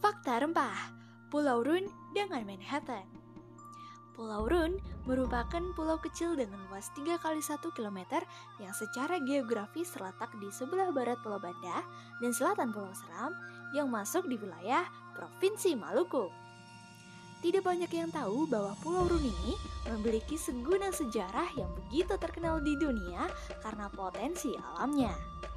Fakta rempah, Pulau Run dengan Manhattan. Pulau Run merupakan pulau kecil dengan luas 3 kali 1 km yang secara geografis terletak di sebelah barat Pulau Banda dan selatan Pulau Seram yang masuk di wilayah Provinsi Maluku. Tidak banyak yang tahu bahwa Pulau Run ini memiliki segudang sejarah yang begitu terkenal di dunia karena potensi alamnya.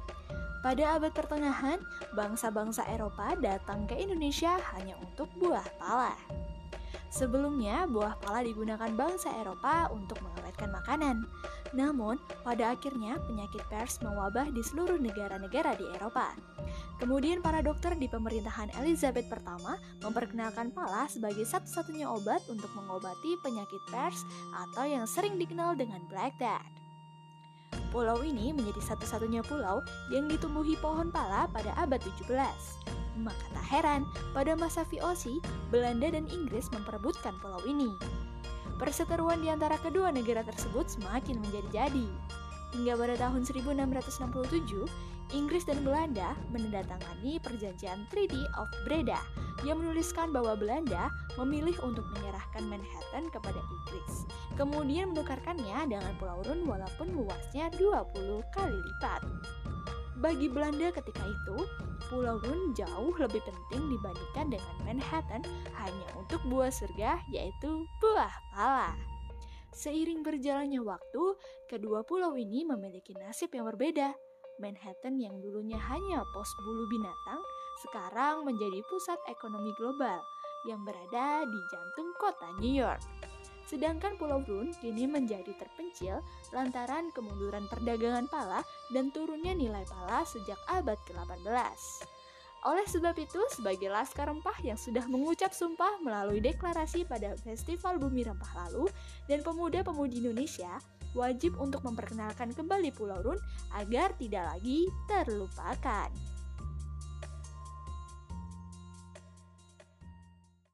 Pada abad pertengahan, bangsa-bangsa Eropa datang ke Indonesia hanya untuk buah pala. Sebelumnya, buah pala digunakan bangsa Eropa untuk mengawetkan makanan. Namun, pada akhirnya penyakit PERS mewabah di seluruh negara-negara di Eropa. Kemudian para dokter di pemerintahan Elizabeth pertama memperkenalkan pala sebagai satu-satunya obat untuk mengobati penyakit PERS atau yang sering dikenal dengan Black Death. Pulau ini menjadi satu-satunya pulau yang ditumbuhi pohon pala pada abad 17. Maka tak heran, pada masa VOC, Belanda dan Inggris memperebutkan pulau ini. Perseteruan di antara kedua negara tersebut semakin menjadi-jadi. Hingga pada tahun 1667, Inggris dan Belanda menandatangani perjanjian Treaty of Breda yang menuliskan bahwa Belanda memilih untuk menyerahkan Manhattan kepada Inggris, kemudian menukarkannya dengan Pulau Run walaupun luasnya 20 kali lipat. Bagi Belanda ketika itu, Pulau Run jauh lebih penting dibandingkan dengan Manhattan hanya untuk buah surga, yaitu buah pala. Seiring berjalannya waktu, kedua pulau ini memiliki nasib yang berbeda. Manhattan yang dulunya hanya pos bulu binatang, sekarang menjadi pusat ekonomi global yang berada di jantung kota New York. Sedangkan Pulau Run kini menjadi terpencil lantaran kemunduran perdagangan pala dan turunnya nilai pala sejak abad ke-18. Oleh sebab itu, sebagai Laskar Rempah yang sudah mengucap sumpah melalui deklarasi pada Festival Bumi Rempah lalu, dan pemuda-pemudi Indonesia wajib untuk memperkenalkan kembali Pulau Run agar tidak lagi terlupakan.